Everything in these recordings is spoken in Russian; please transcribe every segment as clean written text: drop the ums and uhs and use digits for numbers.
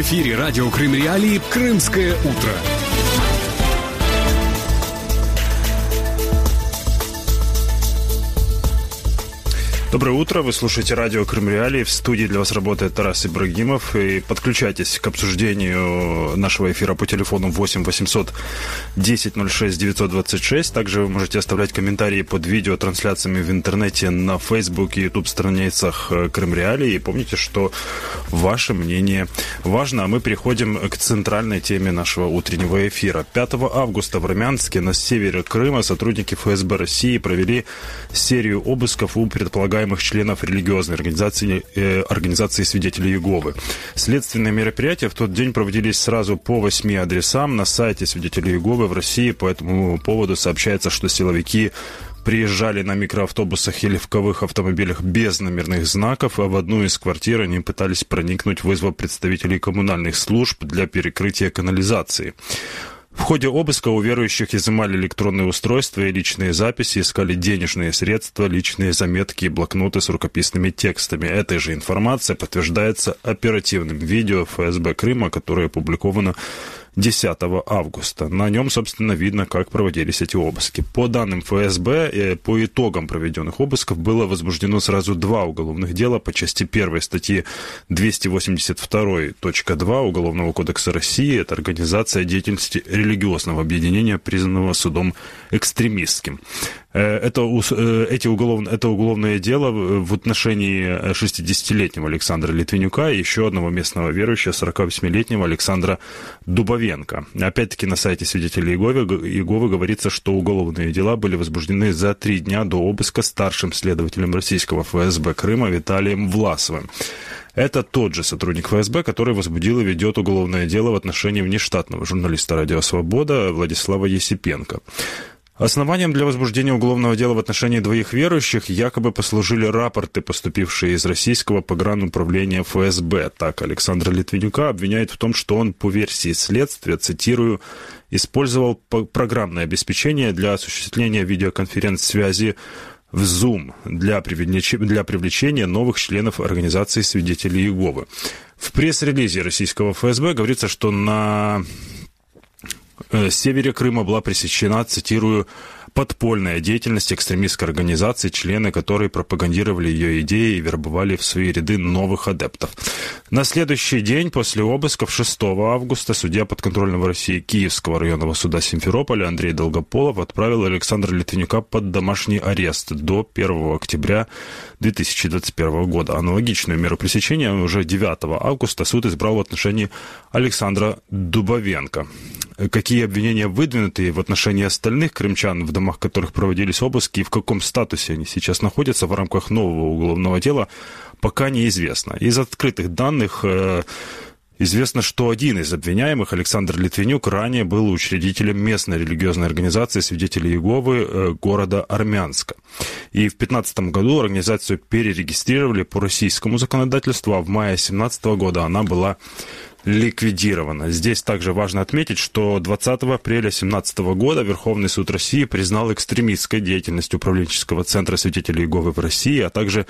В эфире радио Крым Реалии «Крымское утро». Доброе утро, вы слушаете радио Крым Реалии. В студии для вас работает Тарас Ибрагимов. И подключайтесь к обсуждению нашего эфира по телефону 8 800 10 06 926. Также вы можете оставлять комментарии под видеотрансляциями в интернете на Facebook и YouTube страницах Крым Реалии. И помните, что ваше мнение важно. А мы переходим к центральной теме нашего утреннего эфира. 5 августа в Армянске на севере Крыма сотрудники ФСБ России провели серию обысков у предполагаемых членов религиозной организации свидетелей Иеговы. Следственные мероприятия в тот день проводились сразу по 8 адресам на сайте свидетелей Иеговы в России. По этому поводу сообщается, что силовики приезжали на микроавтобусах и легковых автомобилях без номерных знаков, а в одну из квартир они пытались проникнуть, вызвав представителей коммунальных служб для перекрытия канализации. В ходе обыска у верующих изымали электронные устройства и личные записи, искали денежные средства, личные заметки и блокноты с рукописными текстами. Эта же информация подтверждается оперативным видео ФСБ Крыма, которое опубликовано 10 августа. На нем, собственно, видно, как проводились эти обыски. По данным ФСБ, по итогам проведенных обысков было возбуждено сразу 2 уголовных дела по части 1 статьи 282.2 Уголовного кодекса России. Это организация деятельности религиозного объединения, признанного судом экстремистским. Это уголовное дело в отношении 60-летнего Александра Литвинюка и еще одного местного верующего, 48-летнего Александра Дубовенко. Опять-таки на сайте свидетелей Иеговы говорится, что уголовные дела были возбуждены за 3 дня до обыска старшим следователем российского ФСБ Крыма Виталием Власовым. Это тот же сотрудник ФСБ, который возбудил и ведет уголовное дело в отношении внештатного журналиста «Радио Свобода» Владислава Есипенко. Основанием для возбуждения уголовного дела в отношении 2 верующих якобы послужили рапорты, поступившие из российского погрануправления ФСБ. Так, Александра Литвинюка обвиняют в том, что он, по версии следствия, цитирую, использовал программное обеспечение для осуществления видеоконференц-связи в Zoom для привлечения новых членов организации свидетелей Иеговы. В пресс-релизе российского ФСБ говорится, что на севере Крыма была пресечена, цитирую, подпольная деятельность экстремистской организации, члены которой пропагандировали ее идеи и вербовали в свои ряды новых адептов. На следующий день после обысков 6 августа судья подконтрольного России Киевского районного суда Симферополя Андрей Долгополов отправил Александра Литвинюка под домашний арест до 1 октября 2021 года. Аналогичную меру пресечения уже 9 августа суд избрал в отношении Александра Дубовенко. Какие обвинения выдвинуты в отношении остальных крымчан, в домах которых проводились обыски, и в каком статусе они сейчас находятся в рамках нового уголовного дела, пока неизвестно. Из открытых данных известно, что один из обвиняемых, Александр Литвинюк, ранее был учредителем местной религиозной организации свидетелей Иеговы города Армянска. И в 2015 году организацию перерегистрировали по российскому законодательству, а в мае 2017 года она была ликвидирована. Здесь также важно отметить, что 20 апреля 2017 года Верховный суд России признал экстремистской деятельность управленческого центра свидетелей Иеговы в России, а также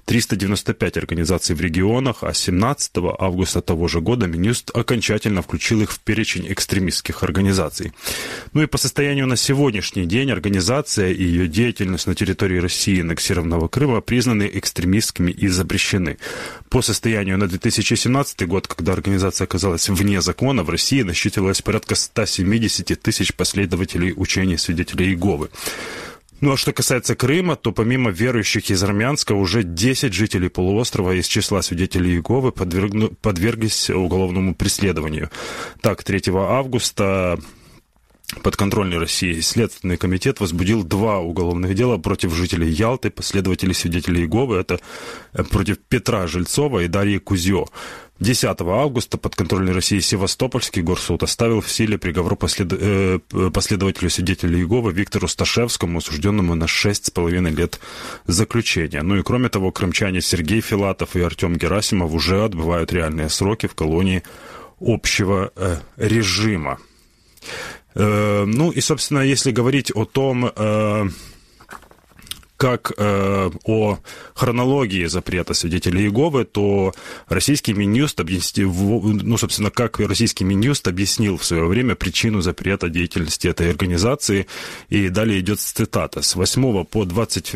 395 организаций в регионах, а 17 августа того же года Минюст окончательно включил их в перечень экстремистских организаций. Ну и по состоянию на сегодняшний день организация и ее деятельность на территории России и аннексированного Крыма признаны экстремистскими и запрещены. По состоянию на 2017 год, когда организация оказалась вне закона, в России насчитывалось порядка 170 тысяч последователей учения свидетелей Иеговы. Ну а что касается Крыма, то помимо верующих из Армянска, уже 10 жителей полуострова из числа свидетелей Иеговы подверглись уголовному преследованию. Так, 3 августа подконтрольной России Следственный комитет возбудил 2 уголовных дела против жителей Ялты, последователей свидетелей Иеговы. Это против Петра Жильцова и Дарьи Кузьё. 10 августа подконтрольной России Севастопольский горсуд оставил в силе приговор последователю свидетелей Иеговы Виктору Сташевскому, осужденному на 6,5 лет заключения. Ну и кроме того, крымчане Сергей Филатов и Артем Герасимов уже отбывают реальные сроки в колонии общего режима. Ну и, собственно, если говорить о том, как о хронологии запрета свидетелей Иеговы, то российский Минюст как российский Минюст объяснил в свое время причину запрета деятельности этой организации. И далее идет цитата. С 8 по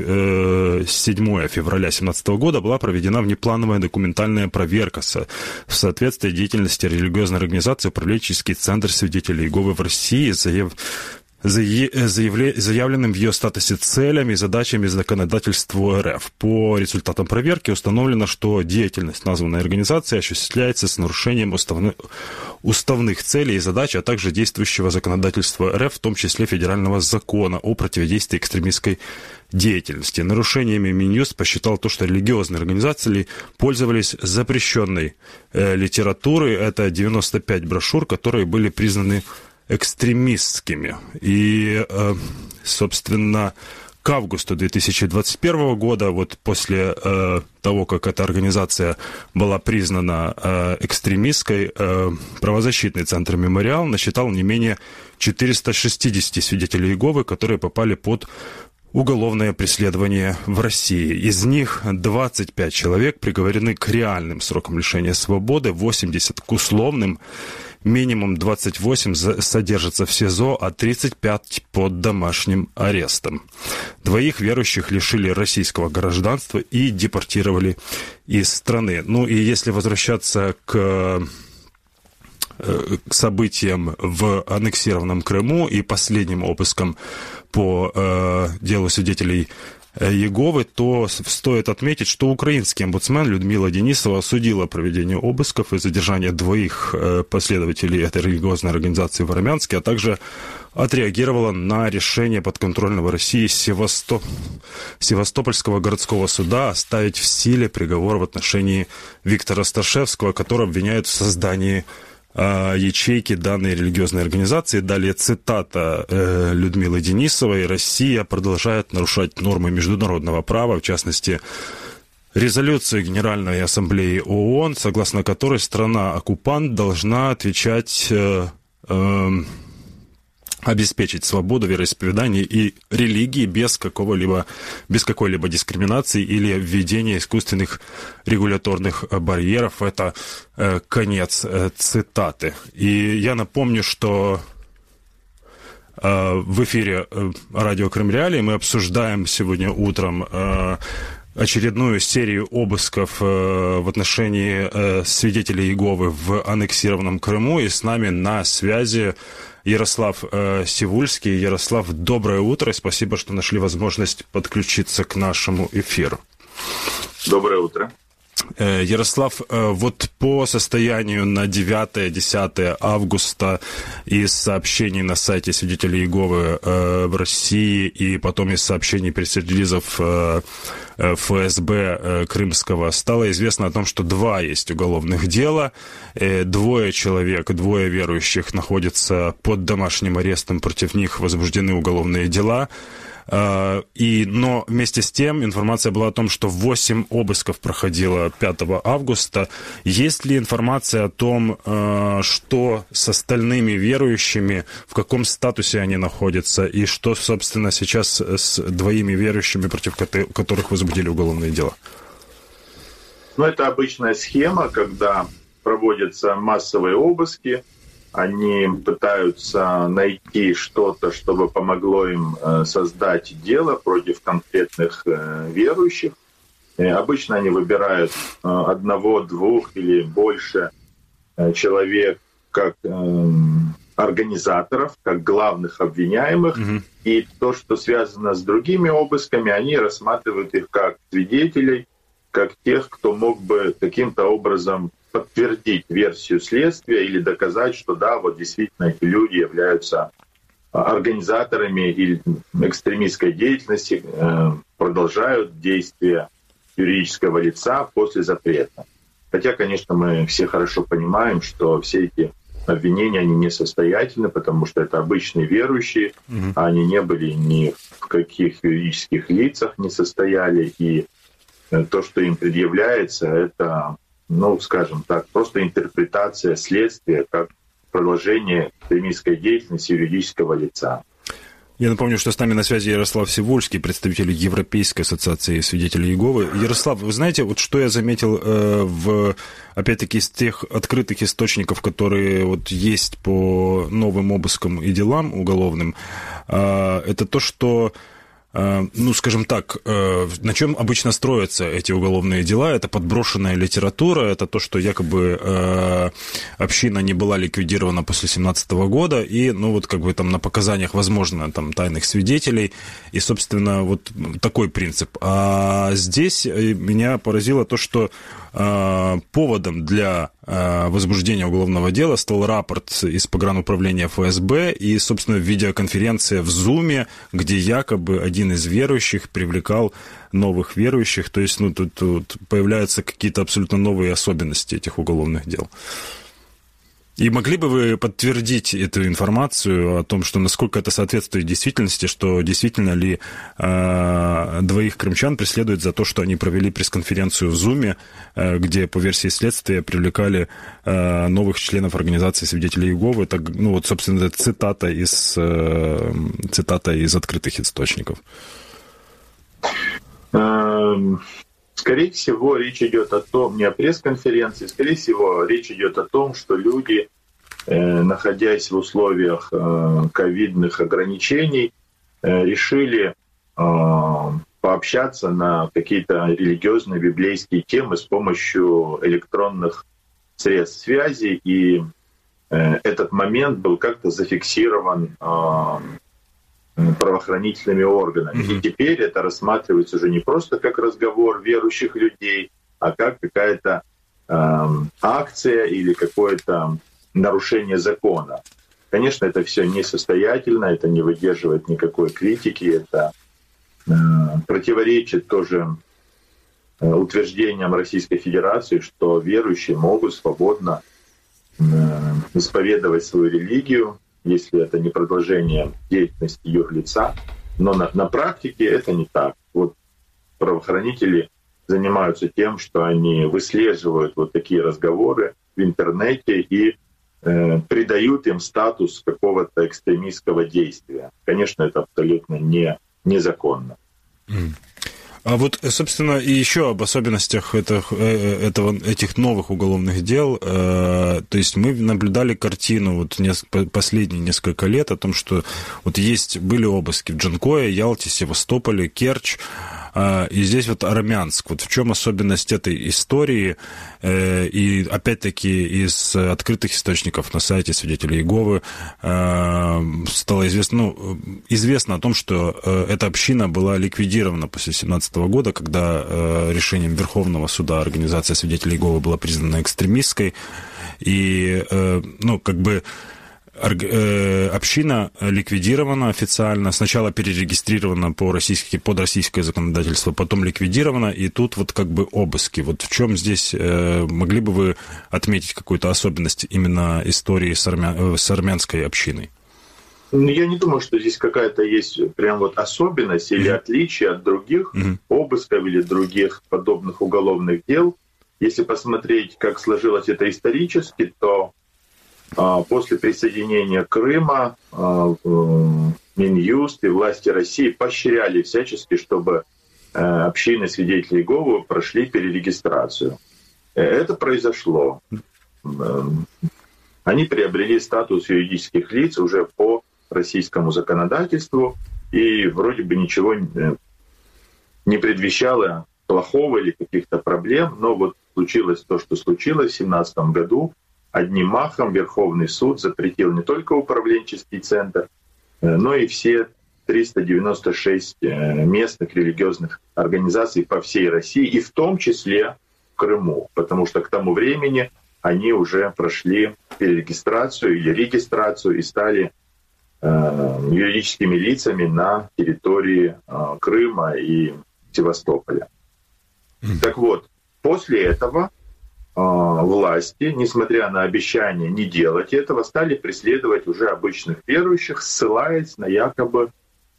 27 февраля 2017 года была проведена внеплановая документальная проверка в соответствии деятельности религиозной организации «Управленческий центр свидетелей Иеговы в России», заявленным в ее статусе целями и задачами законодательства РФ. По результатам проверки установлено, что деятельность названной организации осуществляется с нарушением уставных целей и задач, а также действующего законодательства РФ, в том числе федерального закона о противодействии экстремистской деятельности. Нарушениями Минюст посчитал то, что религиозные организации пользовались запрещенной литературой. Это 95 брошюр, которые были признаны экстремистскими. И, собственно, к августу 2021 года, вот после того, как эта организация была признана экстремистской, правозащитный центр «Мемориал» насчитал не менее 460 свидетелей Иеговы, которые попали под уголовное преследование в России. Из них 25 человек приговорены к реальным срокам лишения свободы, 80 к условным, минимум 28 содержатся в СИЗО, а 35 под домашним арестом. 2 верующих лишили российского гражданства и депортировали из страны. Ну и если возвращаться к событиям в аннексированном Крыму и последним обыскам по делу свидетелей Иеговы, то стоит отметить, что украинский омбудсмен Людмила Денисова осудила проведение обысков и задержание 2 последователей этой религиозной организации в Армянске, а также отреагировала на решение подконтрольного России Севастопольского городского суда оставить в силе приговор в отношении Виктора Сташевского, которого обвиняют в создании ячейки данной религиозной организации. Далее цитата Людмилы Денисовой. «Россия продолжает нарушать нормы международного права, в частности, резолюцию Генеральной Ассамблеи ООН, согласно которой страна-оккупант должна отвечать, обеспечить свободу вероисповедания и религии без какой-либо дискриминации или введения искусственных регуляторных барьеров». Это конец цитаты. И я напомню, что в эфире радио Крым Реалии мы обсуждаем сегодня утром очередную серию обысков в отношении свидетелей Иеговы в аннексированном Крыму. И с нами на связи Ярослав Сивульский. Ярослав, доброе утро. Спасибо, что нашли возможность подключиться к нашему эфиру. Доброе утро. Ярослав, вот по состоянию на 9-10 августа из сообщений на сайте свидетелей Иеговы в России и потом из сообщений пресс-релизов ФСБ крымского стало известно о том, что 2 есть уголовных дела, 2 человек, 2 верующих находятся под домашним арестом, против них возбуждены уголовные дела. Но вместе с тем информация была о том, что 8 обысков проходило 5 августа. Есть ли информация о том, что с остальными верующими, в каком статусе они находятся, и что, собственно, сейчас с 2 верующими, против которых возбудили уголовные дела? Это обычная схема, когда проводятся массовые обыски. Они пытаются найти что-то, чтобы помогло им создать дело против конкретных верующих. И обычно они выбирают 1, 2 или больше человек как организаторов, как главных обвиняемых. Mm-hmm. И то, что связано с другими обысками, они рассматривают их как свидетелей, как тех, кто мог бы каким-то образом подтвердить версию следствия или доказать, что да, вот действительно эти люди являются организаторами или экстремистской деятельности, продолжают действия юридического лица после запрета. Хотя, конечно, мы все хорошо понимаем, что все эти обвинения, они несостоятельны, потому что это обычные верующие, а они не были ни в каких юридических лицах не состояли, и то, что им предъявляется, это, скажем так, просто интерпретация следствия как продолжение экстремистской деятельности юридического лица. Я напомню, что с нами на связи Ярослав Сивульский, представитель Европейской ассоциации свидетелей Иеговы. Ярослав, вы знаете, вот что я заметил опять-таки, из тех открытых источников, которые вот есть по новым обыскам и делам уголовным, это то, что, ну, скажем так, на чем обычно строятся эти уголовные дела, это подброшенная литература, это то, что якобы община не была ликвидирована после 2017 года, и, ну, вот как бы там на показаниях, возможно, там тайных свидетелей, и, собственно, вот такой принцип. А здесь меня поразило то, что поводом для возбуждения уголовного дела стал рапорт из погрануправления ФСБ и, собственно, видеоконференция в Зуме, где якобы один из верующих привлекал новых верующих. То есть, ну, тут появляются какие-то абсолютно новые особенности этих уголовных дел. И могли бы вы подтвердить эту информацию о том, что насколько это соответствует действительности, что действительно ли двоих крымчан преследуют за то, что они провели пресс-конференцию в Зуме, где, по версии следствия, привлекали новых членов организации свидетелей Иеговы. Так, ну вот, собственно, это цитата из открытых источников. Скорее всего, речь идет о том, не о пресс-конференции, скорее всего, речь идет о том, что люди, находясь в условиях ковидных ограничений, решили пообщаться на какие-то религиозные библейские темы с помощью электронных средств связи, и этот момент был как-то зафиксирован правоохранительными органами. И теперь это рассматривается уже не просто как разговор верующих людей, а как какая-то акция или какое-то нарушение закона. Конечно, это все несостоятельно, это не выдерживает никакой критики, это противоречит тоже утверждениям Российской Федерации, что верующие могут свободно исповедовать свою религию, если это не продолжение деятельности юрлица. Но на практике это не так. Вот правоохранители занимаются тем, что они выслеживают вот такие разговоры в интернете и придают им статус какого-то экстремистского действия. Конечно, это абсолютно незаконно. А вот, собственно, и еще об особенностях этих новых уголовных дел. То есть мы наблюдали картину вот последние несколько лет о том, что вот были обыски в Джанкое, Ялте, Севастополе, Керчь, и здесь вот Армянск. Вот в чем особенность этой истории? И опять-таки из открытых источников на сайте свидетелей Иеговы стало известно о том, что эта община была ликвидирована после 2017 года, когда решением Верховного суда организация свидетелей Иеговы была признана экстремистской. И, община ликвидирована официально, сначала перерегистрирована под российское законодательство, потом ликвидирована, и тут вот как бы обыски. Вот в чем здесь могли бы вы отметить какую-то особенность именно истории с армянской общиной? Я не думаю, что здесь какая-то есть прям вот особенность или отличие от других обысков или других подобных уголовных дел. Если посмотреть, как сложилось это исторически, то после присоединения Крыма Минюст и власти России поощряли всячески, чтобы общины свидетелей Иеговы прошли перерегистрацию. Это произошло. Они приобрели статус юридических лиц уже по российскому законодательству, и вроде бы ничего не предвещало плохого или каких-то проблем, но вот случилось то, что случилось в 2017 году. Одним махом Верховный суд запретил не только управленческий центр, но и все 396 местных религиозных организаций по всей России, и в том числе в Крыму, потому что к тому времени они уже прошли перерегистрацию или регистрацию и стали юридическими лицами на территории Крыма и Севастополя. Так вот, после этого власти, несмотря на обещание не делать этого, стали преследовать уже обычных верующих, ссылаясь на якобы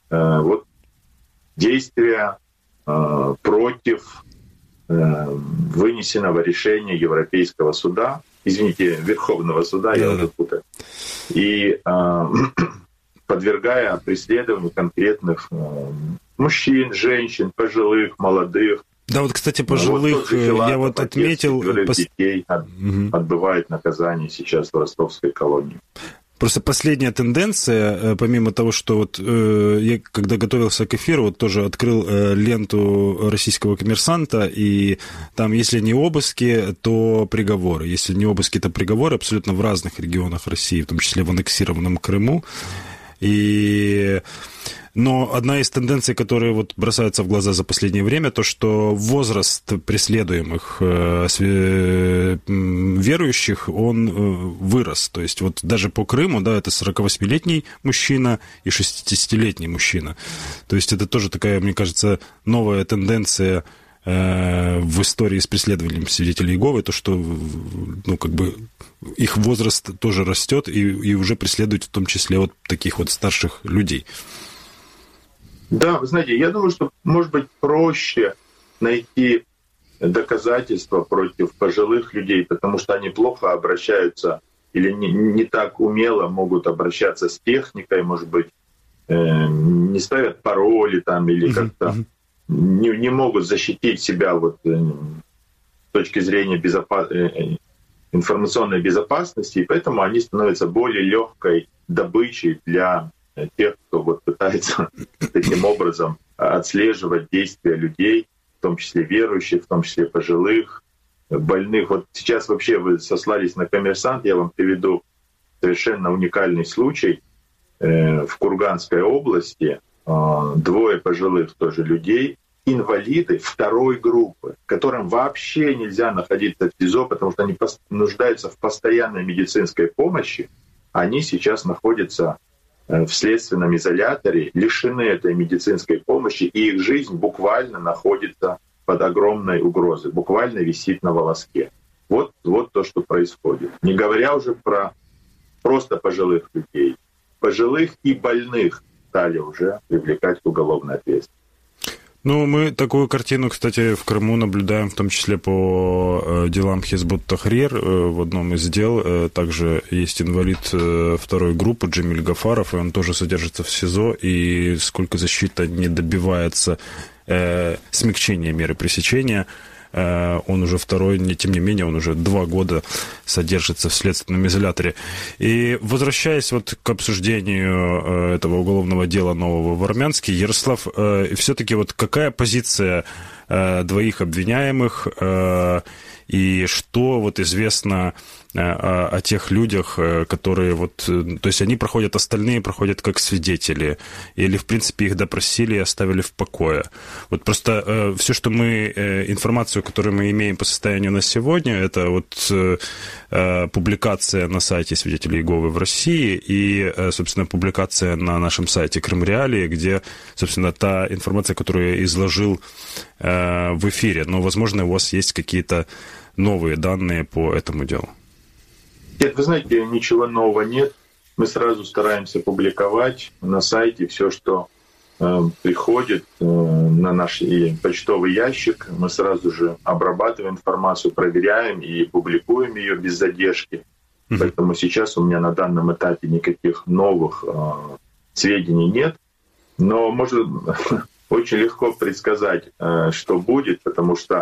действия против вынесенного решения Европейского суда, Верховного суда, я уже путаю. И подвергая преследованию конкретных мужчин, женщин, пожилых, молодых. Да, вот, кстати, пожилых я вот отметил... детей отбывает наказание сейчас в ростовской колонии. Просто последняя тенденция, помимо того, что вот я, когда готовился к эфиру, вот тоже открыл ленту российского коммерсанта, и там, если не обыски, то приговоры. Если не обыски, то приговоры абсолютно в разных регионах России, в том числе в аннексированном Крыму. Но одна из тенденций, которые вот бросаются в глаза за последнее время, то, что возраст преследуемых верующих, он вырос. То есть вот даже по Крыму, да, это 48-летний мужчина и 60-летний мужчина. То есть это тоже такая, мне кажется, новая тенденция в истории с преследованием свидетелей Иеговы, то, что, ну, как бы их возраст тоже растет и уже преследует в том числе вот таких вот старших людей. Да, вы знаете, я думаю, что, может быть, проще найти доказательства против пожилых людей, потому что они плохо обращаются или не так умело могут обращаться с техникой, может быть, не ставят пароли там или как-то не могут защитить себя вот, с точки зрения информационной безопасности, и поэтому они становятся более легкой добычей для тех, кто вот пытается таким образом отслеживать действия людей, в том числе верующих, в том числе пожилых, больных. Вот сейчас вообще вы сослались на «Коммерсант», я вам приведу совершенно уникальный случай. В Курганской области 2 пожилых тоже людей, инвалиды 2 группы, которым вообще нельзя находиться в СИЗО, потому что они нуждаются в постоянной медицинской помощи, они сейчас находятся в следственном изоляторе, лишены этой медицинской помощи, и их жизнь буквально находится под огромной угрозой, буквально висит на волоске. Вот то, что происходит. Не говоря уже про просто пожилых людей. Пожилых и больных стали уже привлекать к уголовной ответственности. Ну, мы такую картину, кстати, в Крыму наблюдаем, в том числе по делам Хизбут Тахрир. В одном из дел также есть инвалид 2 группы Джемиль Гафаров, и он тоже содержится в СИЗО, и сколько защита не добивается смягчения меры пресечения, он уже тем не менее, он уже 2 года содержится в следственном изоляторе. И возвращаясь вот к обсуждению этого уголовного дела нового в Армянске, Ярослав, все-таки вот какая позиция 2 обвиняемых и что вот известно о тех людях, которые вот... То есть они проходят, остальные проходят как свидетели, или, в принципе, их допросили и оставили в покое. Вот просто все, что мы... Информацию, которую мы имеем по состоянию на сегодня, это вот публикация на сайте Свидетелей Иеговы в России и, собственно, публикация на нашем сайте Крым Реалии, где, собственно, та информация, которую я изложил в эфире. Но, возможно, у вас есть какие-то новые данные по этому делу. Нет, вы знаете, ничего нового нет. Мы сразу стараемся публиковать на сайте все, что приходит на наш почтовый ящик. Мы сразу же обрабатываем информацию, проверяем и публикуем ее без задержки. Поэтому сейчас у меня на данном этапе никаких новых сведений нет. Но может очень легко предсказать, что будет, потому что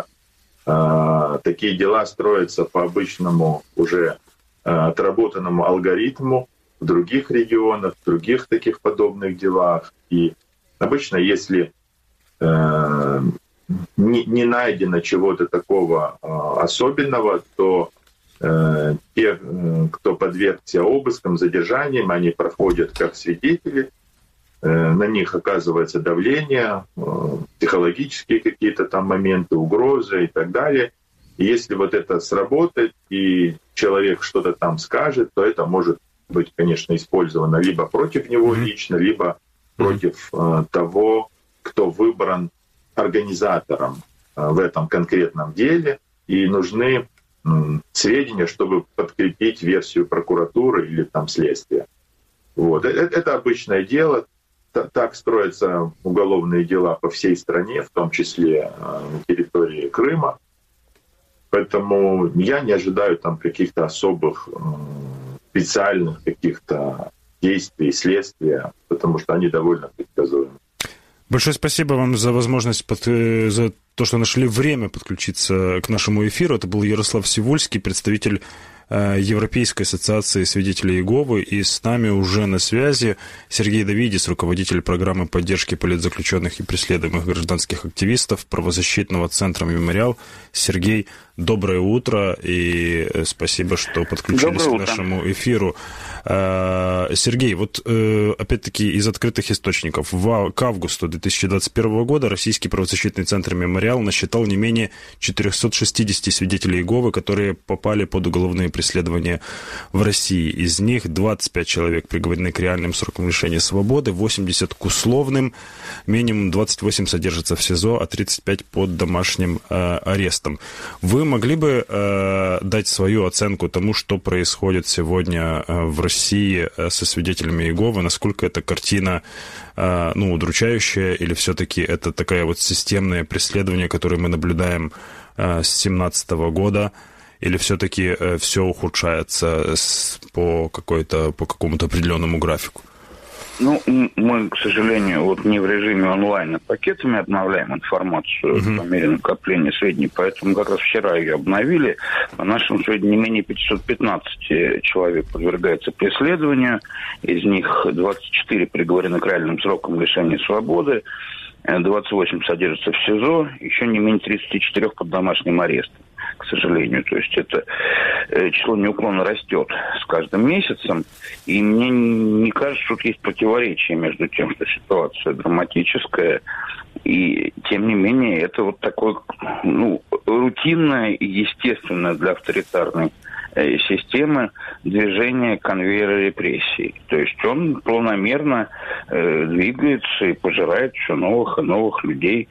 такие дела строятся по обычному уже отработанному алгоритму в других регионах, в других таких подобных делах. И обычно, если не найдено чего-то такого особенного, то те, кто подвергся обыскам, задержаниям, они проходят как свидетели, на них оказывается давление, психологические какие-то там моменты, угрозы и так далее. И если вот это сработает, и человек что-то там скажет, то это может быть, конечно, использовано либо против него лично, либо против того, кто выбран организатором в этом конкретном деле. И нужны сведения, чтобы подкрепить версию прокуратуры или там следствия. Вот. Это обычное дело. Так строятся уголовные дела по всей стране, в том числе на территории Крыма. Поэтому я не ожидаю там каких-то особых специальных каких-то действий, следствия, потому что они довольно предсказуемы. Большое спасибо вам за возможность, за то, что нашли время подключиться к нашему эфиру. Это был Ярослав Сивульский, представитель Европейской ассоциации свидетелей Иеговы. И с нами уже на связи Сергей Давидис, руководитель программы поддержки политзаключенных и преследуемых гражданских активистов правозащитного центра «Мемориал». Сергей, доброе утро и спасибо, что подключились к нашему эфиру. Сергей, вот опять-таки из открытых источников. К августу 2021 года Российский правозащитный центр «Мемориал» насчитал не менее 460 свидетелей Иеговы, которые попали под уголовные преследования в России. Из них 25 человек приговорены к реальным срокам лишения свободы, 80 к условным, минимум 28 содержатся в СИЗО, а 35 под домашним арестом. Вы могли бы дать свою оценку тому, что происходит сегодня в России со свидетелями Иеговы? Насколько эта картина удручающая, или все-таки это такое вот системное преследование, которое мы наблюдаем с 2017 года? Или все-таки все ухудшается по какому-то определенному графику? Мы, к сожалению, не в режиме онлайн, а пакетами обновляем информацию по мере накопления сведений. Поэтому как раз вчера ее обновили. По нашим сведениям, не менее 515 человек подвергается преследованию. Из них 24 приговорены к реальным срокам лишения свободы, 28 содержатся в СИЗО, еще не менее 34 под домашним арестом, к сожалению. То есть это число неуклонно растет с каждым месяцем. И мне не кажется, что тут есть противоречие между тем, что ситуация драматическая, и тем не менее это вот такое рутинное и естественное для авторитарной системы движения конвейера репрессий. То есть он планомерно двигается и пожирает все новых и новых людей.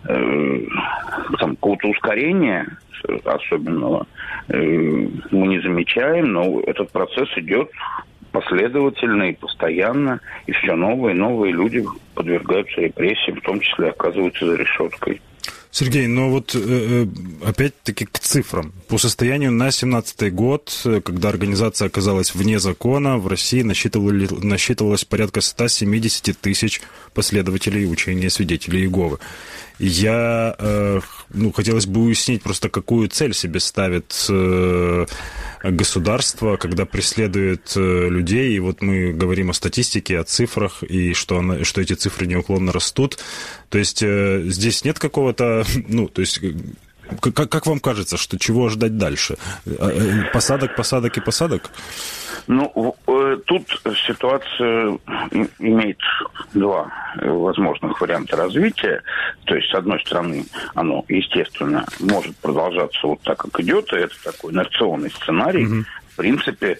Какого-то ускорения особенного мы не замечаем, но этот процесс идет последовательно и постоянно, и все новые и новые люди подвергаются репрессиям, в том числе оказываются за решеткой. Сергей, опять-таки к цифрам. По состоянию на 2017 год, когда организация оказалась вне закона, в России насчитывалось порядка 170 тысяч последователей учения свидетелей Иеговы. Хотелось бы уяснить просто, какую цель себе ставит государство, когда преследует людей. И вот мы говорим о статистике, о цифрах, и что эти цифры неуклонно растут. То есть здесь нет какого-то... Как вам кажется, чего ждать дальше? Посадок и посадок? Тут ситуация имеет два возможных варианта развития. То есть, с одной стороны, оно, естественно, может продолжаться вот так, как идет, и это такой инерционный сценарий. В принципе,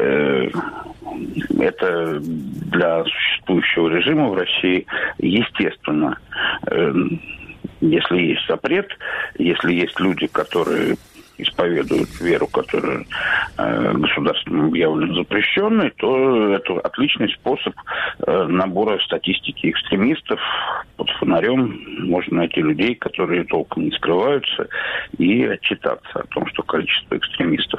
это для существующего режима в России естественно. Если есть запрет, если есть люди, которые исповедуют веру, которая государством объявлена запрещенной, то это отличный способ набора статистики экстремистов. Под фонарем можно найти людей, которые толком не скрываются, и отчитаться о том, что количество экстремистов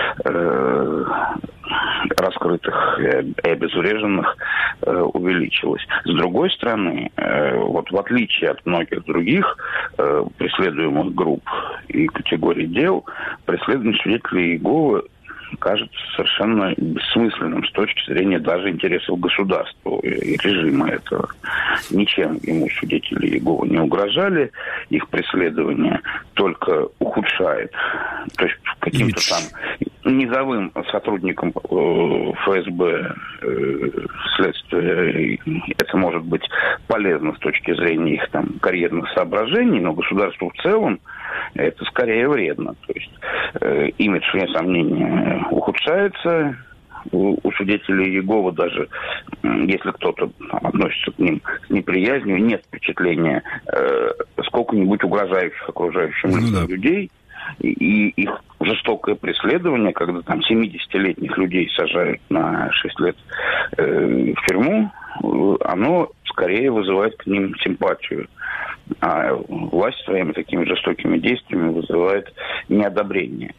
раскрытых и обезвреженных увеличилось. С другой стороны, в отличие от многих других преследуемых групп и категорий дел, преследование свидетелей Иеговы кажется совершенно бессмысленным с точки зрения даже интересов государства и режима этого. Ничем ему свидетели Иеговы не угрожали, их преследование только ухудшает. То есть каким-то там низовым сотрудникам ФСБ следствия это может быть полезно с точки зрения их карьерных соображений, но государству в целом это скорее вредно. То есть имидж, вне сомнения, ухудшается у свидетелей Иеговы, даже если кто-то относится к ним с неприязнью, нет впечатления сколько-нибудь угрожающих окружающим людей. И их жестокое преследование, когда 70-летних людей сажают на 6 лет в тюрьму, оно скорее вызывает к ним симпатию. а власть своими такими жестокими действиями вызывает неодобрение.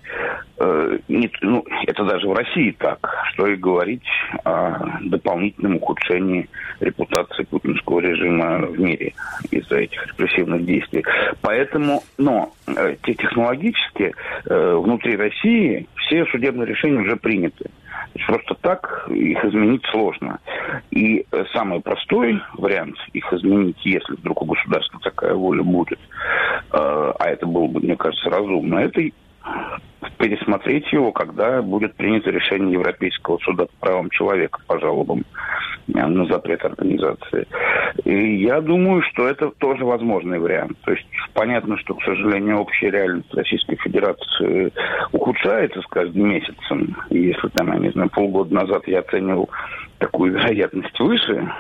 Это даже в России так. Что и говорить о дополнительном ухудшении репутации путинского режима в мире из-за этих репрессивных действий. Поэтому, технологически внутри России все судебные решения уже приняты. Просто так их изменить сложно. И самый простой вариант их изменить, если вдруг у государства такая воля будет, а это было бы, мне кажется, разумно, это пересмотреть его, когда будет принято решение Европейского суда по правам человека по жалобам на запрет организации. И я думаю, что это тоже возможный вариант. То есть понятно, что, к сожалению, общая реальность Российской Федерации ухудшается с каждым месяцем. И если там, я не знаю, полгода назад я оценивал такую вероятность выше,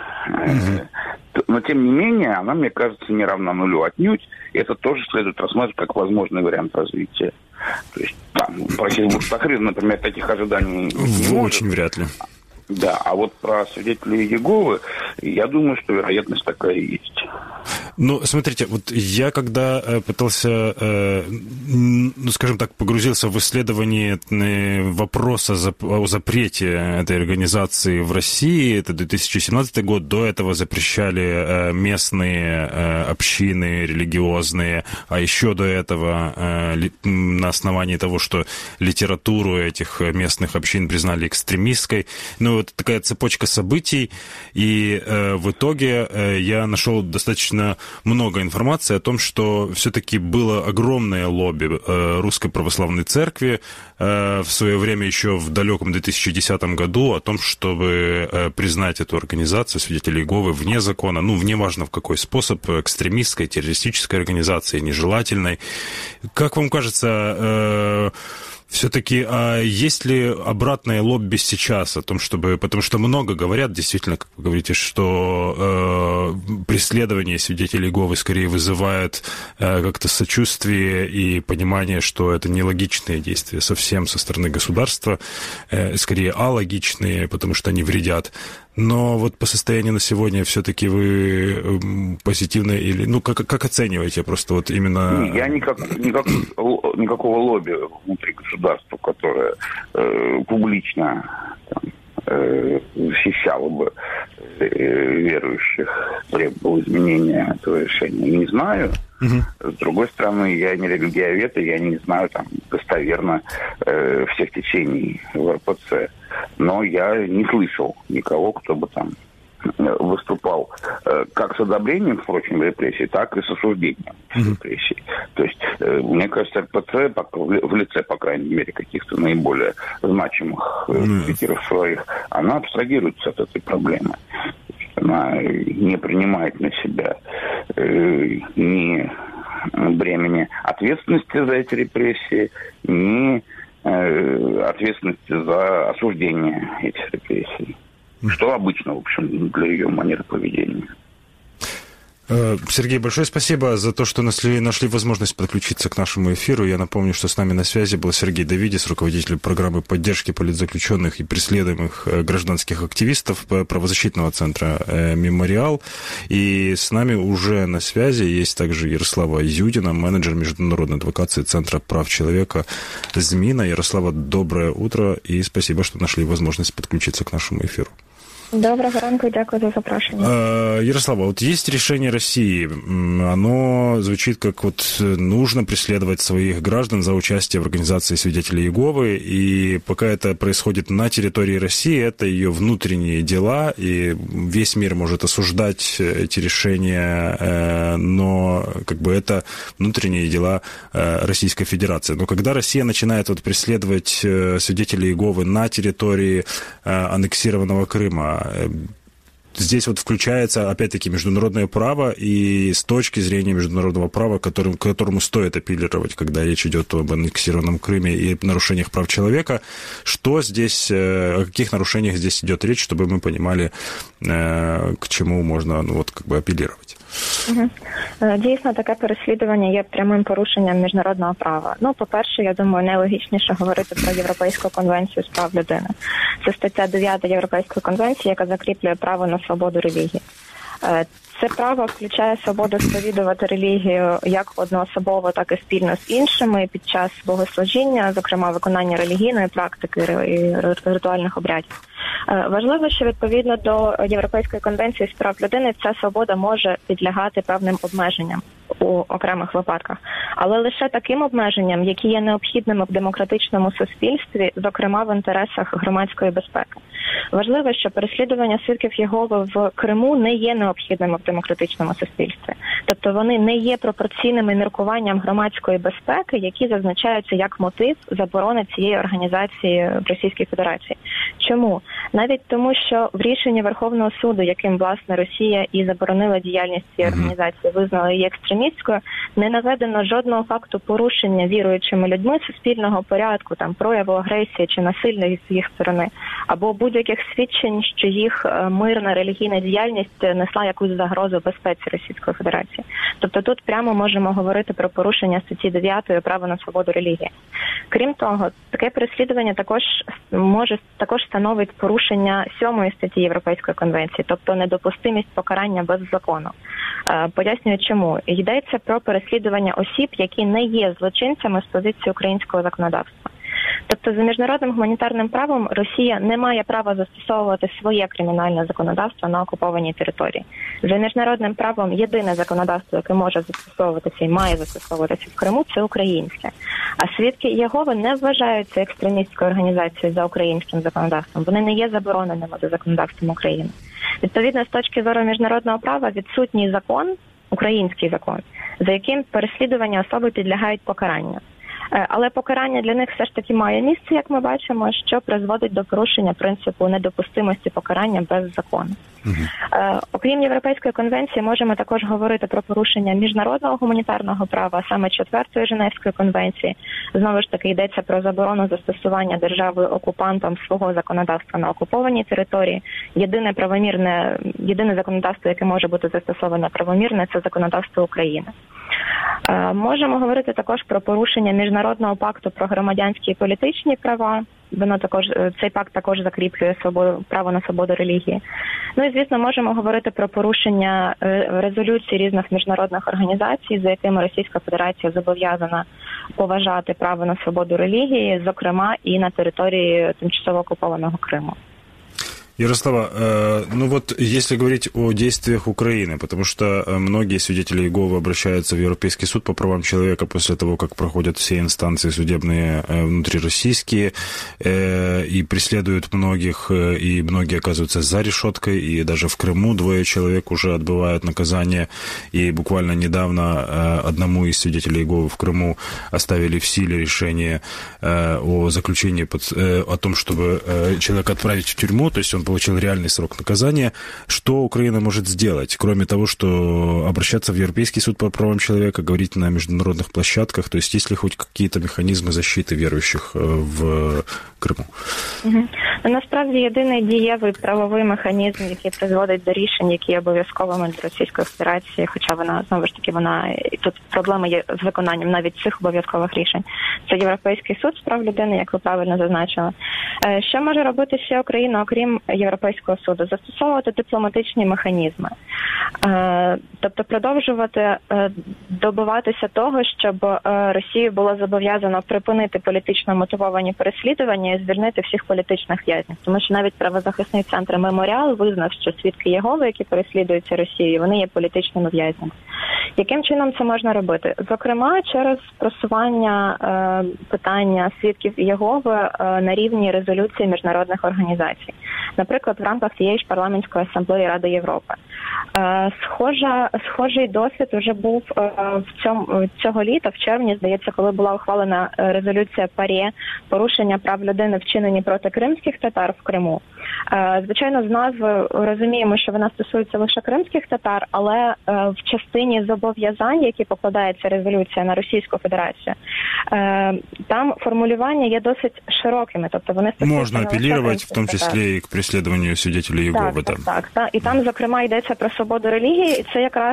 но тем не менее она, мне кажется, не равна нулю отнюдь. И это тоже следует рассматривать как возможный вариант развития. То есть там, про Хизбут Тахрир, например, таких ожиданий не может. Очень вряд ли. Да, а вот про свидетелей Иеговы, я думаю, что вероятность такая есть. Ну, смотрите, вот я когда пытался, скажем так, погрузился в исследование вопроса о запрете этой организации в России, это 2017 год, до этого запрещали местные общины религиозные, а еще до этого на основании того, что литературу этих местных общин признали экстремистской. Ну, вот такая цепочка событий, и в итоге я нашел достаточно много информации о том, что все-таки было огромное лобби Русской Православной Церкви в свое время, еще в далеком 2010 году, о том, чтобы признать эту организацию свидетелей Иеговы вне закона, вне важно в какой способ, экстремистской, террористической организацией, нежелательной. Как вам кажется, все-таки, есть ли обратное лобби сейчас о том, потому что много говорят, действительно, как вы говорите, что преследование свидетелей Иеговы скорее вызывает как-то сочувствие и понимание, что это нелогичные действия совсем со стороны государства, скорее алогичные, потому что они вредят. Но вот по состоянию на сегодня все-таки вы позитивно или... как оцениваете просто вот именно... Я никакого лобби внутри государства, которое публично защищало бы верующих, требовало изменения этого решения, не знаю. С другой стороны, я не религиовед, и я не знаю достоверно всех течений в РПЦ. Но я не слышал никого, кто бы там выступал как с одобрением, впрочем, репрессий, так и с осуждением репрессий. То есть, мне кажется, РПЦ в лице, по крайней мере, каких-то наиболее значимых спикеров своих, она абстрагируется от этой проблемы. Она не принимает на себя ни бремени ответственности за эти репрессии, ни ответственности за осуждение этих репрессий. Что обычно, в общем, для ее манеры поведения. Сергей, большое спасибо за то, что нашли возможность подключиться к нашему эфиру. Я напомню, что с нами на связи был Сергей Давидис, руководитель программы поддержки политзаключенных и преследуемых гражданских активистов правозащитного центра «Мемориал». И с нами уже на связи есть также Ярослава Юдина, менеджер международной адвокации Центра прав человека «Змина». Ярослава, доброе утро и спасибо, что нашли возможность подключиться к нашему эфиру. Доброго ранку и дякую за запрошение. Ярослава, вот есть решение России, оно звучит как вот нужно преследовать своих граждан за участие в организации свидетелей Иеговы, и пока это происходит на территории России, это ее внутренние дела, и весь мир может осуждать эти решения, но как бы это внутренние дела Российской Федерации. Но когда Россия начинает вот преследовать свидетелей Иеговы на территории аннексированного Крыма, здесь вот включается, опять-таки, международное право, и с точки зрения международного права, к которому стоит апеллировать, когда речь идет об аннексированном Крыме и нарушениях прав человека, что здесь, о каких нарушениях здесь идет речь, чтобы мы понимали, к чему можна апеллировать. Дійсно, таке переслідування є прямим порушенням міжнародного права. По-перше, я думаю, найлогічніше говорити про Європейську конвенцію з прав людини. Це стаття 9 Європейської конвенції, яка закріплює право на свободу релігії. Це право включає свободу сповідувати релігію як одноособово, так і спільно з іншими під час богослужіння, зокрема виконання релігійної практики і ритуальних обрядів. Важливо, що відповідно до Європейської конвенції з прав людини ця свобода може підлягати певним обмеженням у окремих випадках, але лише таким обмеженням, які є необхідними в демократичному суспільстві, зокрема в інтересах громадської безпеки. Важливо, що переслідування свідків Єгови в Криму не є необхідними в демократичному суспільстві. Тобто вони не є пропорційними міркуванням громадської безпеки, які зазначаються як мотив заборони цієї організації в Російській Федерації. Чому? Навіть тому, що в рішенні Верховного суду, яким, власне, Росія і заборонила діяльність цієї організації, визнала її екстремістською, не наведено жодного факту порушення віруючими людьми суспільного порядку, там, прояву агресії чи насильної з їх сторони, або будь-яких свідчень, що їх мирна релігійна діяльність несла якусь загрозу безпеці Російської Федерації. Тобто тут прямо можемо говорити про порушення статті 9 «Право на свободу релігії». Крім того, таке переслідування також становить порушення 7 статті Європейської конвенції, тобто недопустимість покарання без закону. Пояснюю, чому. Йдеться про переслідування осіб, які не є злочинцями з позиції українського законодавства. Тобто за міжнародним гуманітарним правом Росія не має права застосовувати своє кримінальне законодавство на окупованій території. За міжнародним правом єдине законодавство, яке може застосовуватися і має застосовуватися в Криму, це українське. А свідки Єгови не вважаються екстремістською організацією за українським законодавством. Вони не є забороненими за законодавством України. Відповідно, з точки зору міжнародного права відсутній закон, український закон, за яким переслідування особи підлягають покаранню. Але покарання для них все ж таки має місце, як ми бачимо, що призводить до порушення принципу недопустимості покарання без закону. Окрім Європейської конвенції, можемо також говорити про порушення міжнародного гуманітарного права, саме 4-ї Женевської конвенції. Знову ж таки, йдеться про заборону застосування державою-окупантом свого законодавства на окупованій території. Єдине законодавство, яке може бути застосоване правомірне, це законодавство України. Можемо говорити також про порушення Міжнародного пакту про громадянські і політичні права. Цей пакт також закріплює право на свободу релігії. Ну і, звісно, можемо говорити про порушення резолюцій різних міжнародних організацій, за якими Російська Федерація зобов'язана поважати право на свободу релігії, зокрема і на території тимчасово окупованого Криму. Ярослава, если говорить о действиях Украины, потому что многие свидетели Иеговы обращаются в Европейский суд по правам человека после того, как проходят все инстанции судебные внутрироссийские и преследуют многих, и многие оказываются за решеткой, и даже в Крыму 2 человек уже отбывают наказание, и буквально недавно одному из свидетелей Иеговы в Крыму оставили в силе решение о заключении, о том, чтобы человека отправить в тюрьму, то есть он получил реальный срок наказания. Что Украина может сделать, кроме того, что обращаться в Европейский суд по правам человека, говорить на международных площадках? То есть есть ли хоть какие-то механизмы защиты верующих в Криму? Насправді єдиний дієвий правовий механізм, який призводить до рішень, які є обов'язковими для Російської Федерації, хоча вона, знову ж таки, тут проблеми є з виконанням навіть цих обов'язкових рішень. Це Європейський суд з прав людини, як ви правильно зазначили. Що може робити ще Україна, окрім Європейського суду? Застосовувати дипломатичні механізми. Тобто продовжувати добиватися того, щоб Росію було зобов'язано припинити політично мотивовані переслідування і звільнити всіх політичних в'язнів. Тому що навіть правозахисний центр «Меморіал» визнав, що свідки Єгови, які переслідуються Росією, вони є політичними в'язнями. Яким чином це можна робити? Зокрема, через просування питання свідків Єгови на рівні резолюції міжнародних організацій. Наприклад, в рамках тієї ж парламентської асамблеї Ради Європи. Схожий досвід вже був цього літа, в червні, здається, коли була ухвалена резолюція ПАРЄ порушення прав людини, вчинені проти кримських татар в Криму. Звичайно, з назви розуміємо, що вона стосується лише кримських татар, але в частині зобов'язань, які покладається резолюція на Російську Федерацію, там формулювання є досить широкими. Тобто вони можна апелювати, в тому числі і к переслідуванню свідетелів Єгови. Так. І там, зокрема, йдеться про свободу релігії, і це якраз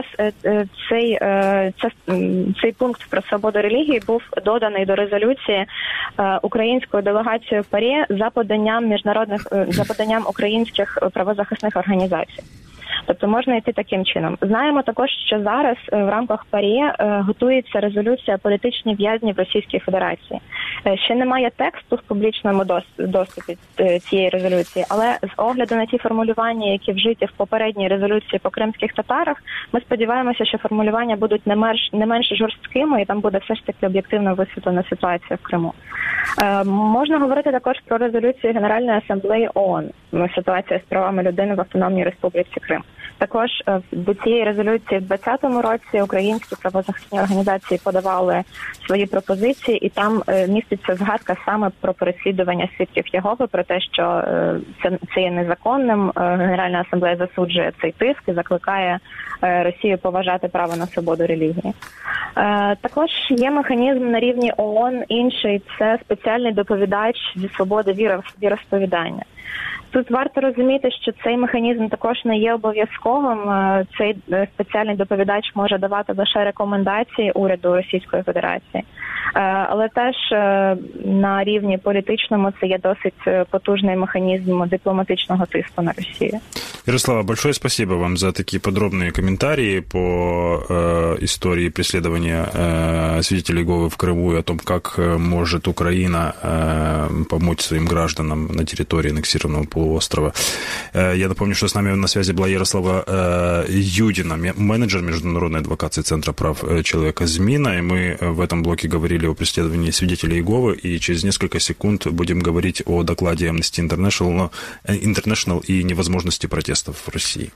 цей пункт про свободу релігії був доданий до резолюції українською делегацією ПАРЄ за поданням українських правозахисних організацій. Тобто можна йти таким чином. Знаємо також, що зараз в рамках ПАРЄ готується резолюція «Політичні в'язні в Російській Федерації». Ще немає тексту в публічному доступі цієї резолюції, але з огляду на ті формулювання, які вжиті в попередній резолюції по кримських татарах, ми сподіваємося, що формулювання будуть не менш жорсткими, і там буде все ж таки об'єктивно висвітлена ситуація в Криму. Можна говорити також про резолюцію Генеральної асамблеї ООН «Ситуація з правами людини в Автономній Республіці Крим». Також до цієї резолюції в 2020 році українські правозахисні організації подавали свої пропозиції, і там міститься згадка саме про переслідування свідків Єгови, про те, що це є незаконним. Генеральна асамблея засуджує цей тиск і закликає Росію поважати право на свободу релігії. Також є механізм на рівні ООН інший – це спеціальний доповідач зі свободи віросповідання. Тут варто розуміти, що цей механізм також не є обов'язковим. Цей спеціальний доповідач може давати лише рекомендації уряду Російської Федерації. Але теж на рівні політичному це є досить потужний механізм дипломатичного тиску на Росію. Ярослава, большое спасибо вам за такие подробные комментарии по истории преследования свидетелей Иеговы в Крыму и о том, как может Украина помочь своим гражданам на территории аннексированного полуострова. Я напомню, что с нами на связи была Ярослава Юдина, менеджер международной адвокации Центра прав человека «Змина», и мы в этом блоке говорили о преследовании свидетелей Иеговы, и через несколько секунд будем говорить о докладе Amnesty International и невозможности протестов в России.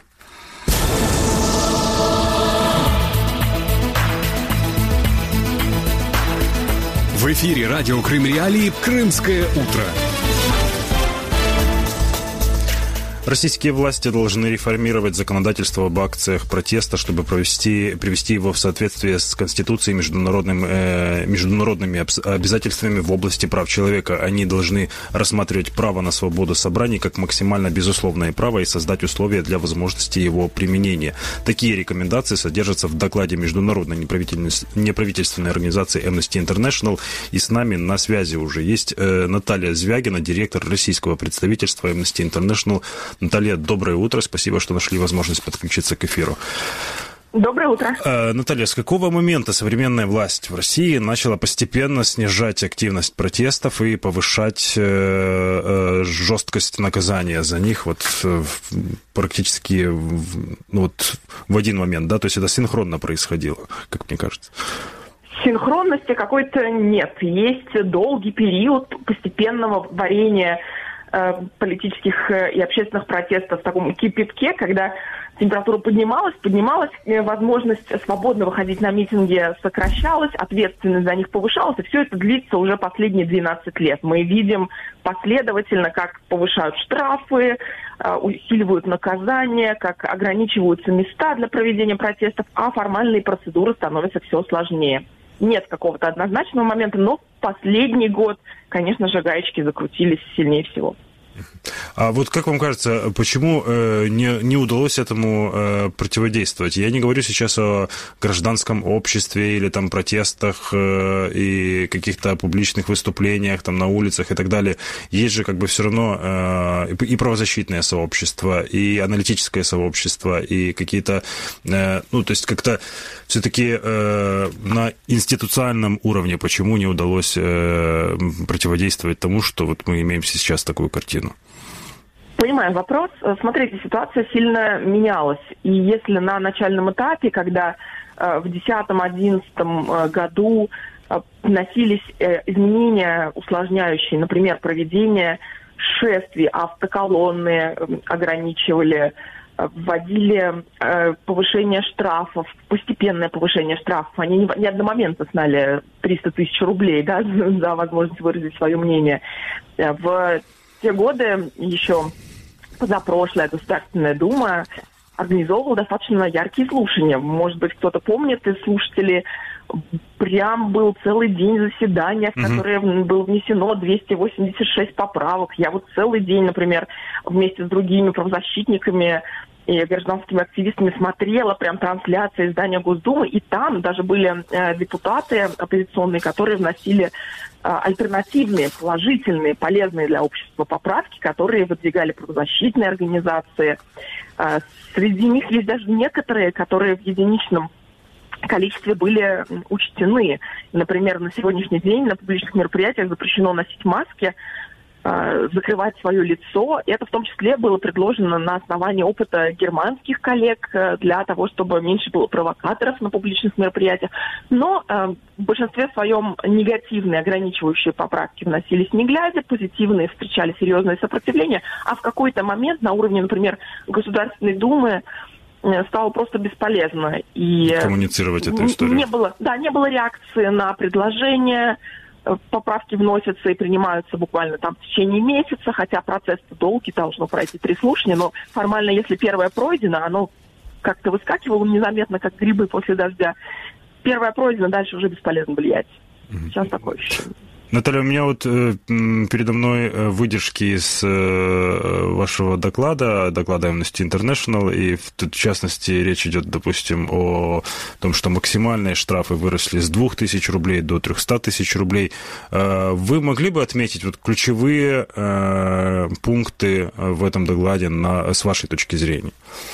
В эфире радио Крым Реалии «Крымское утро». Российские власти должны реформировать законодательство об акциях протеста, чтобы привести его в соответствие с Конституцией и международными обязательствами в области прав человека. Они должны рассматривать право на свободу собраний как максимально безусловное право и создать условия для возможности его применения. Такие рекомендации содержатся в докладе международной неправительственной организации Amnesty International. И с нами на связи уже есть Наталья Звягина, директор российского представительства Amnesty International. Наталья, доброе утро. Спасибо, что нашли возможность подключиться к эфиру. Доброе утро. Наталья, с какого момента современная власть в России начала постепенно снижать активность протестов и повышать жесткость наказания за них практически в один момент, да? То есть это синхронно происходило, как мне кажется. Синхронности какой-то нет. Есть долгий период постепенного варения политических и общественных протестов в таком кипятке, когда температура поднималась, возможность свободно выходить на митинги сокращалась, ответственность за них повышалась, и все это длится уже последние 12 лет. Мы видим последовательно, как повышают штрафы, усиливают наказания, как ограничиваются места для проведения протестов, а формальные процедуры становятся все сложнее. Нет какого-то однозначного момента, но в последний год, конечно же, гаечки закрутились сильнее всего. А вот как вам кажется, почему не удалось этому противодействовать? Я не говорю сейчас о гражданском обществе или там протестах и каких-то публичных выступлениях там на улицах и так далее. Есть же как бы все равно и правозащитное сообщество, и аналитическое сообщество, и какие-то, то есть как-то все-таки на институциональном уровне почему не удалось противодействовать тому, что вот мы имеем сейчас такую картину? Понимаю вопрос. Смотрите, ситуация сильно менялась. И если на начальном этапе, когда в 2010-2011 году вносились изменения, усложняющие, например, проведение шествий, автоколонны ограничивали, вводили повышение штрафов, постепенное повышение штрафов. Они не одномоментно сняли 300 тысяч рублей, да, за возможность выразить свое мнение. В те годы еще позапрошлая Государственная Дума организовывала достаточно яркие слушания. Может быть, кто-то помнит из слушателей, прям был целый день заседания, в которое было внесено 286 поправок. Я вот целый день, например, вместе с другими правозащитниками и гражданскими активистами смотрела прям трансляция здания Госдумы, и там даже были депутаты оппозиционные, которые вносили альтернативные, положительные, полезные для общества поправки, которые выдвигали правозащитные организации. Среди них есть даже некоторые, которые в единичном количестве были учтены. Например, на сегодняшний день на публичных мероприятиях запрещено носить маски, закрывать свое лицо. И это в том числе было предложено на основании опыта германских коллег для того, чтобы меньше было провокаторов на публичных мероприятиях. Но в большинстве своем негативные ограничивающие поправки вносились не глядя, позитивные встречали серьезное сопротивление, а в какой-то момент на уровне, например, Государственной Думы стало просто бесполезно. И коммуницировать эту историю. Не было реакции на предложения. Поправки вносятся и принимаются буквально там в течение месяца, хотя процесс долгий, должно пройти 3 слушания, но формально, если первое пройдено, оно как-то выскакивало незаметно, как грибы после дождя. Первое пройдено, дальше уже бесполезно влиять. Сейчас такое ощущение. Наталья, у меня вот передо мной выдержки из вашего доклада Amnesty International, и в частности речь идет, допустим, о том, что максимальные штрафы выросли с 2000 рублей до 300 тысяч рублей. Вы могли бы отметить вот ключевые пункты в этом докладе с вашей точки зрения?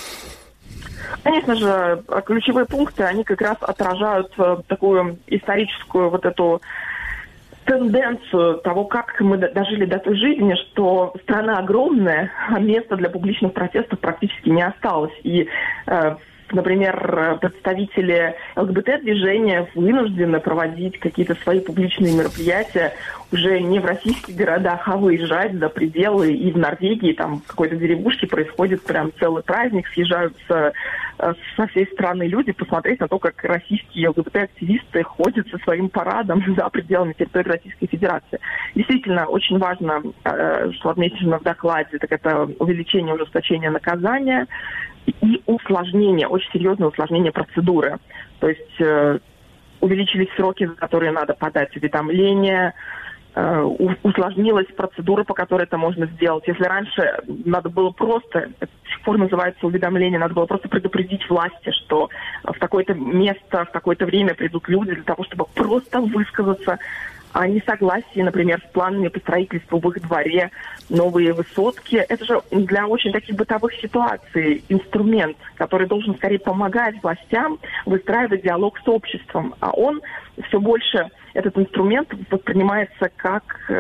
Конечно же, ключевые пункты, они как раз отражают такую историческую вот эту тенденцию того, как мы дожили до той жизни, что страна огромная, а места для публичных протестов практически не осталось. И, например, представители ЛГБТ-движения вынуждены проводить какие-то свои публичные мероприятия уже не в российских городах, а выезжать за пределы. И в Норвегии, там в какой-то деревушке происходит прям целый праздник, съезжаются со всей страны люди посмотреть на то, как российские ЛГБТ-активисты ходят со своим парадом за пределами территории Российской Федерации. Действительно, очень важно, что отмечено в докладе, так это увеличение ужесточения наказания и усложнение, очень серьезное усложнение процедуры. То есть увеличились сроки, за которые надо подать уведомления, усложнилась процедура, по которой это можно сделать. Если раньше надо было просто, это до сих пор называется уведомление, надо было просто предупредить власти, что в такое-то место, в такое-то время придут люди для того, чтобы просто высказаться о несогласии, например, с планами по строительству в их дворе новые высотки. Это же для очень таких бытовых ситуаций инструмент, который должен скорее помогать властям выстраивать диалог с обществом. А он все больше, этот инструмент, воспринимается как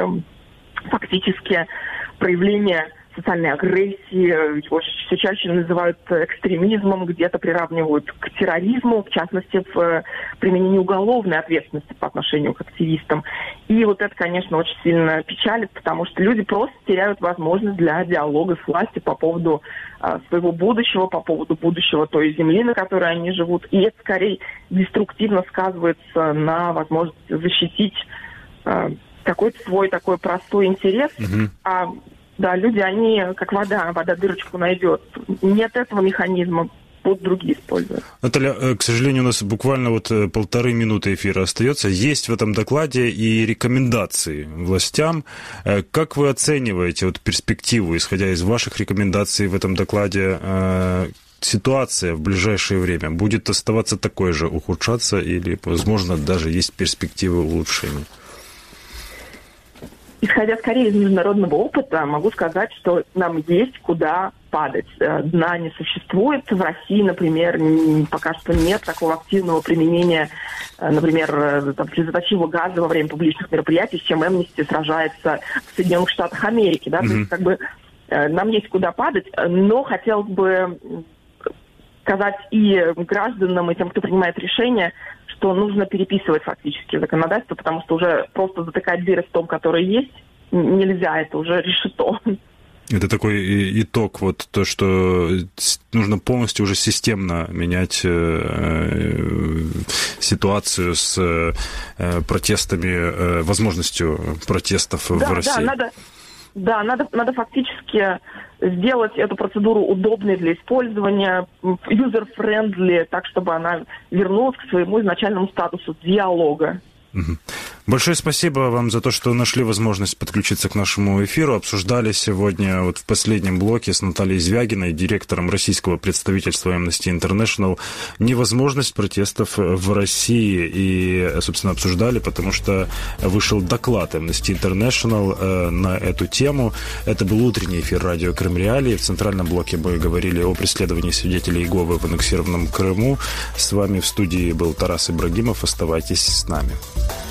фактически проявление социальной агрессии, его все чаще называют экстремизмом, где-то приравнивают к терроризму, в частности, в применении уголовной ответственности по отношению к активистам. И вот это, конечно, очень сильно печалит, потому что люди просто теряют возможность для диалога с властью по поводу своего будущего, по поводу будущего той земли, на которой они живут. И это, скорее, деструктивно сказывается на возможности защитить какой-то свой такой простой интерес. Да, люди, они как вода дырочку найдет. Нет этого механизма, будут другие использовать. Наталья, к сожалению, у нас буквально вот 1,5 минуты эфира остается. Есть в этом докладе и рекомендации властям. Как вы оцениваете вот перспективу, исходя из ваших рекомендаций в этом докладе, ситуация в ближайшее время будет оставаться такой же, ухудшаться или, возможно, даже есть перспективы улучшения? Исходя скорее из международного опыта, могу сказать, что нам есть куда падать. Дна не существует. В России, например, пока что нет такого активного применения, например, слезоточивого газа во время публичных мероприятий, с чем Amnesty сражается в Соединенных Штатах Америки. Да? То есть, как бы, нам есть куда падать, но хотелось бы сказать и гражданам, и тем, кто принимает решения, что нужно переписывать фактически законодательство, потому что уже просто затыкать дыры в том, которые есть, нельзя, это уже решето. Это такой итог, вот то, что нужно полностью уже системно менять ситуацию с протестами, возможностью протестов в России. Надо фактически сделать эту процедуру удобной для использования, user-friendly, так, чтобы она вернулась к своему изначальному статусу диалога. Большое спасибо вам за то, что нашли возможность подключиться к нашему эфиру. Обсуждали сегодня вот в последнем блоке с Натальей Звягиной, директором российского представительства Amnesty International, невозможность протестов в России. И, собственно, обсуждали, потому что вышел доклад Amnesty International на эту тему. Это был утренний эфир радио Крым Реалии. В центральном блоке мы говорили о преследовании свидетелей Иеговы в аннексированном Крыму. С вами в студии был Тарас Ибрагимов. Оставайтесь с нами.